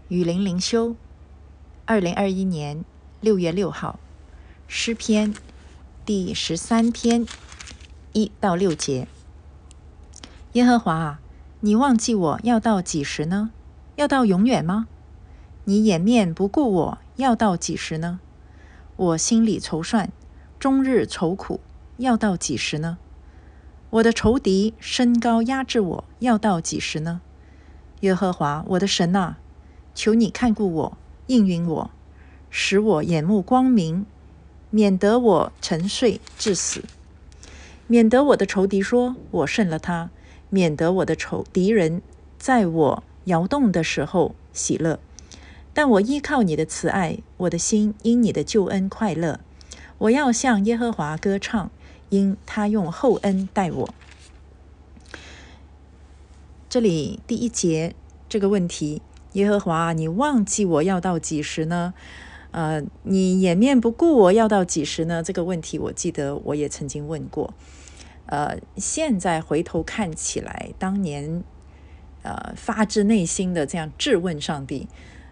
雨林灵修2021年6月6号，诗篇第13篇1到6节。耶和华啊，你忘记我要到几时呢？要到永远吗？你掩面不顾我要到几时呢？我心里筹算，终日愁苦，要到几时呢？我的仇敌升高压制我，要到几时呢？耶和华我的神啊，求你看顾我，应允我，使我眼目光明，免得我沉睡致死，免得我的仇敌说我胜了他，免得我的敌人在我摇动的时候喜乐。但我依靠你的慈爱，我的心因你的救恩快乐。我要向耶和华歌唱，因他用厚恩待我。这里第1节这个问题，耶和华，你忘记我要到几时呢？你掩面不顾我要到几时呢？这个问题我记得我也曾经问过。现在回头看起来，当年发自内心的这样质问上帝，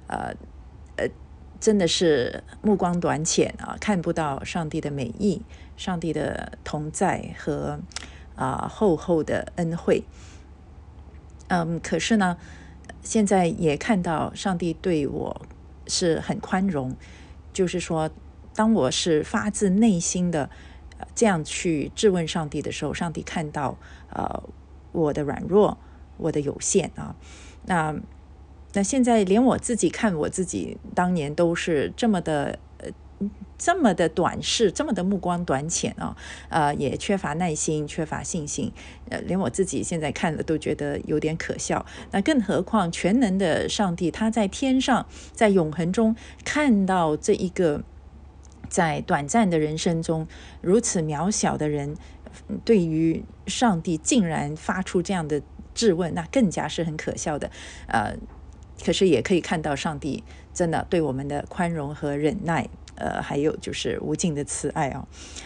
真的是目光短浅啊，看不到上帝的美意，上帝的同在和厚厚的恩惠。可是呢，现在也看到上帝对我是很宽容，就是说，当我是发自内心的这样去质问上帝的时候，上帝看到我的软弱，我的有限啊。那现在连我自己看我自己，当年都是这么的短视，这么的目光短浅啊，也缺乏耐心，缺乏信心，连我自己现在看了都觉得有点可笑。那更何况全能的上帝，他在天上，在永恒中看到这一个在短暂的人生中如此渺小的人，对于上帝竟然发出这样的质问，那更加是很可笑的。可是也可以看到上帝真的对我们的宽容和忍耐，还有就是无尽的慈爱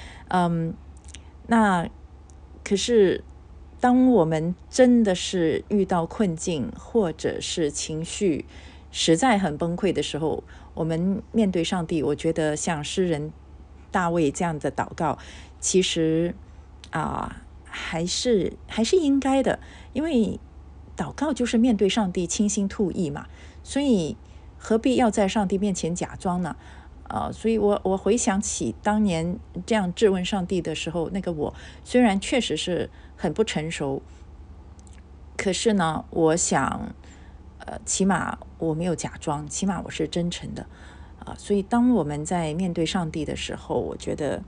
那可是当我们真的是遇到困境，或者是情绪实在很崩溃的时候，我们面对上帝，我觉得像诗人大卫这样的祷告，其实还是应该的，因为祷告就是面对上帝倾心吐意嘛，所以何必要在上帝面前假装呢？所以我回想起当年这样质问上帝的时候，那个我虽然确实是很不成熟，可是呢，我想起码我没有假装，起码我是真诚的所以当我们在面对上帝的时候，我觉得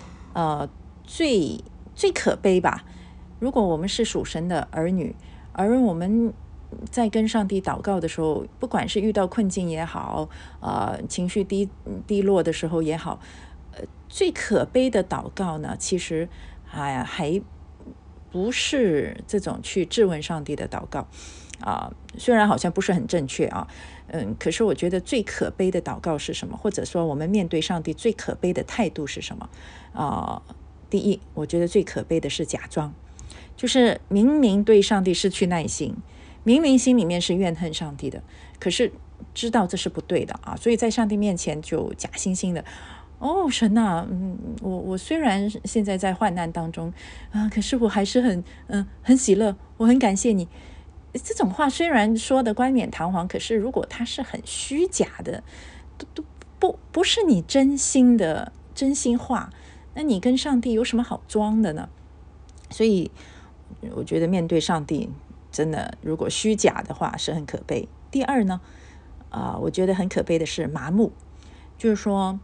最可悲吧，如果我们是属神的儿女，而我们在跟上帝祷告的时候，不管是遇到困境也好，情绪低落的时候也好，最可悲的祷告呢，其实还不是这种去质问上帝的祷告虽然好像不是很正确可是我觉得最可悲的祷告是什么？或者说我们面对上帝最可悲的态度是什么？第一，我觉得最可悲的是假装，就是明明对上帝失去耐心，明明心里面是怨恨上帝的，可是知道这是不对的所以在上帝面前就假惺惺的神我虽然现在在患难当中可是我还是很喜乐，我很感谢你。这种话虽然说的冠冕堂皇，可是如果它是很虚假的，都不是你真心的真心话，那你跟上帝有什么好装的呢？所以我觉得面对上帝真的如果虚假的话是很可悲。第二呢我觉得很可悲的是麻木，就是说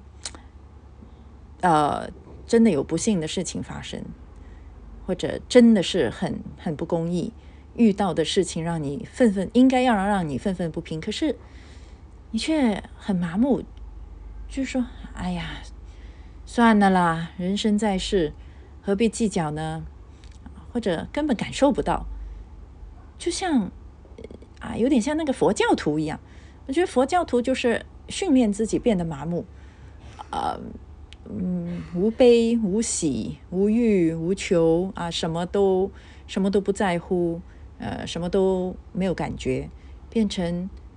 真的有不幸的事情发生，或者真的是很不公义，遇到的事情让你应该要让你愤愤不平，可是你却很麻木，就是说哎呀算了啦，人生在世何必计较呢？或者根本感受不到，就像有点像那个佛教徒一样。我觉得佛教徒就是训练自己变得麻木无悲无喜无欲无求什么都不在乎什么都没有感觉，变成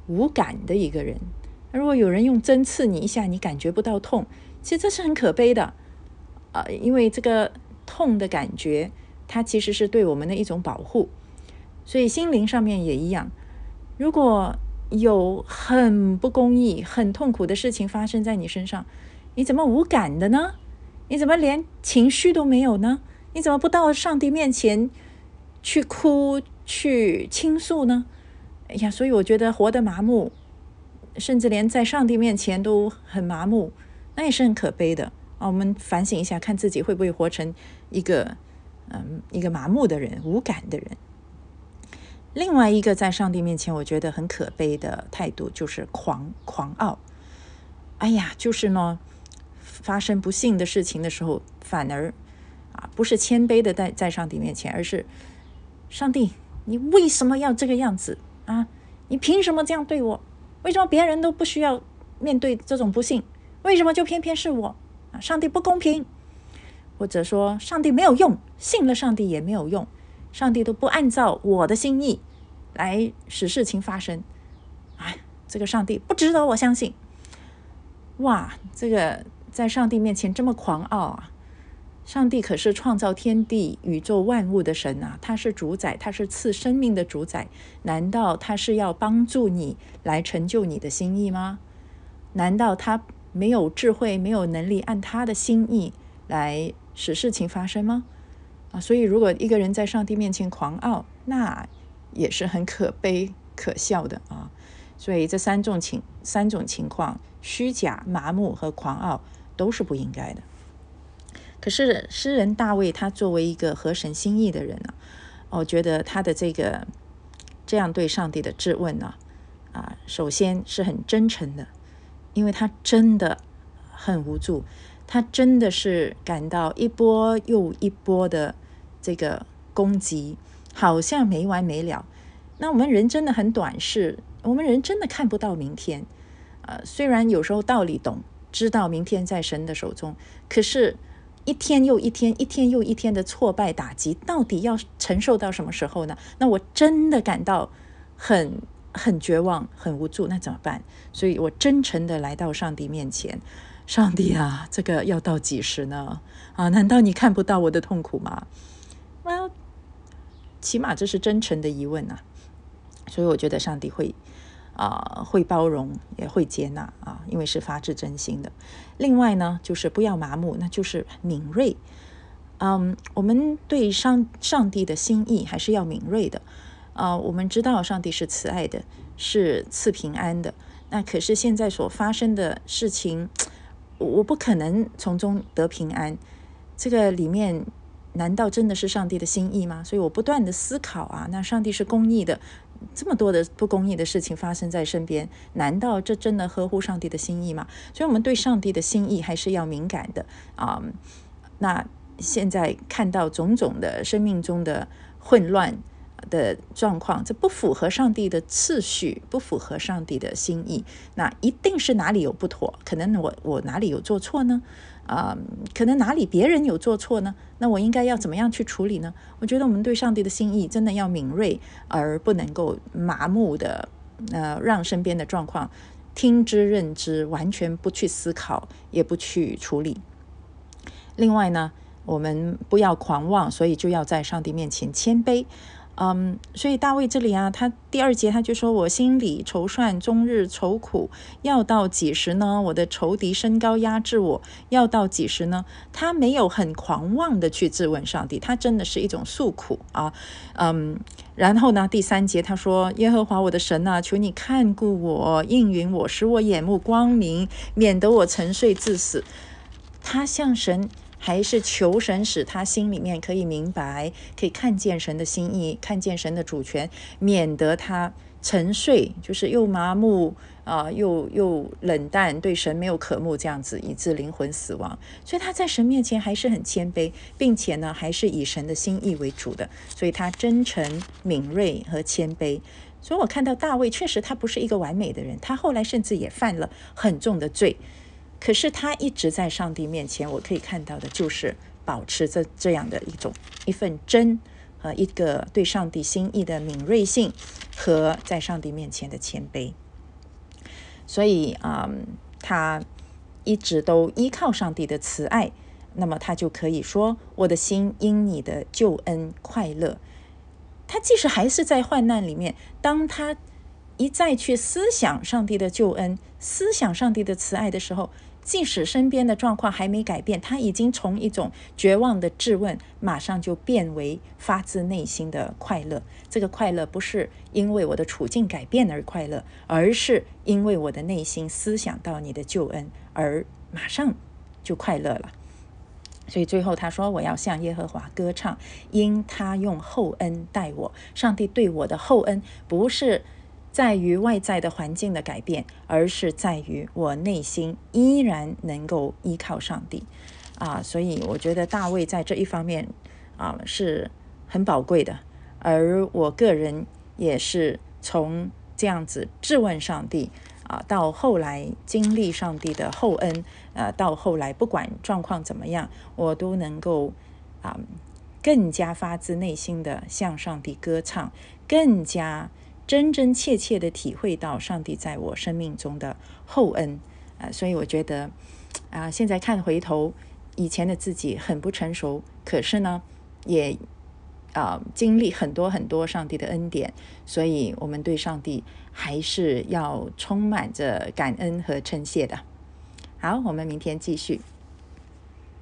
无感的一个人。如果有人用针刺你一下，你感觉不到痛，其实这是很可悲的。因为这个痛的感觉，它其实是对我们的一种保护。所以心灵上面也一样，如果有很不公义、很痛苦的事情发生在你身上，你怎么无感的呢？你怎么连情绪都没有呢？你怎么不到上帝面前去哭、去倾诉呢？哎呀，所以我觉得活得麻木，甚至连在上帝面前都很麻木，那也是很可悲的。我们反省一下，看自己会不会活成一个麻木的人、无感的人。另外一个在上帝面前我觉得很可悲的态度就是狂傲。哎呀，就是呢，发生不幸的事情的时候，反而不是谦卑的在上帝面前，而是上帝，你为什么要这个样子啊？你凭什么这样对我？为什么别人都不需要面对这种不幸？为什么就偏偏是我？上帝不公平，或者说上帝没有用，信了上帝也没有用，上帝都不按照我的心意来使事情发生。这个上帝不值得我相信。哇，这个在上帝面前这么狂傲啊！上帝可是创造天地宇宙万物的神啊，他是主宰，他是赐生命的主宰。难道他是要帮助你来成就你的心意吗？难道他没有智慧，没有能力按他的心意来使事情发生吗？所以如果一个人在上帝面前狂傲，那也是很可悲可笑的啊。所以这三种情况，虚假、麻木和狂傲都是不应该的。可是诗人大卫他作为一个合神心意的人我觉得他的这样对上帝的质问首先是很真诚的，因为他真的很无助，他真的是感到一波又一波的这个攻击，好像没完没了。那我们人真的很短视，我们人真的看不到明天。虽然有时候道理懂，知道明天在神的手中，可是一天又一天，一天又一天的挫败打击，到底要承受到什么时候呢？那我真的感到很绝望，很无助，那怎么办？所以我真诚的来到上帝面前，上帝啊，这个要到几时呢？难道你看不到我的痛苦吗？起码这是真诚的疑问所以我觉得上帝会包容，也会接纳因为是发自真心的。另外呢，就是不要麻木，那就是敏锐。我们对上帝的心意还是要敏锐的。我们知道上帝是慈爱的，是赐平安的。那可是现在所发生的事情，我不可能从中得平安。这个里面难道真的是上帝的心意吗？所以我不断的思考那上帝是公义的，这么多的不公义的事情发生在身边，难道这真的合乎上帝的心意吗？所以我们对上帝的心意还是要敏感的那现在看到种种的生命中的混乱的状况，这不符合上帝的次序，不符合上帝的心意，那一定是哪里有不妥，可能我哪里有做错呢？可能哪里别人有做错呢？那我应该要怎么样去处理呢？我觉得我们对上帝的心意真的要敏锐，而不能够麻木的让身边的状况听之任之，完全不去思考，也不去处理。另外呢，我们不要狂妄，所以就要在上帝面前谦卑。所以大卫这里他第2节他就说，我心里筹算，终日愁苦，要到几时呢？我的仇敌升高压制我，要到几时呢？他没有很狂妄的去质问上帝，他真的是一种诉苦然后呢，第3节他说，耶和华我的神求你看顾我，应允我，使我眼目光明，免得我沉睡至死。他向神还是求神使他心里面可以明白，可以看见神的心意，看见神的主权，免得他沉睡，就是又麻木又冷淡，对神没有渴慕，这样子以致灵魂死亡。所以他在神面前还是很谦卑，并且呢还是以神的心意为主的，所以他真诚、敏锐和谦卑。所以我看到大卫确实他不是一个完美的人，他后来甚至也犯了很重的罪，可是他一直在上帝面前，我可以看到的就是保持着这样的一份真和一个对上帝心意的敏锐性，和在上帝面前的谦卑。 所以他一直都依靠上帝的慈爱，那么他就可以说，我的心因你的救恩快乐。他即使还是在患难里面，当他一再去思想上帝的救恩，思想上帝的慈爱的时候，即使身边的状况还没改变，他已经从一种绝望的质问，马上就变为发自内心的快乐。这个快乐不是因为我的处境改变而快乐，而是因为我的内心思想到你的救恩，而马上就快乐了。所以最后他说，我要向耶和华歌唱，因他用厚恩待我。上帝对我的厚恩不是在于外在的环境的改变，而是在于我内心依然能够依靠上帝所以我觉得大卫在这一方面是很宝贵的。而我个人也是从这样子质问上帝到后来经历上帝的厚恩到后来不管状况怎么样，我都能够更加发自内心的向上帝歌唱，更加真真切切的体会到上帝在我生命中的厚恩所以我觉得现在看回头，以前的自己很不成熟，可是呢也经历很多很多上帝的恩典，所以我们对上帝还是要充满着感恩和称谢的。好，我们明天继续。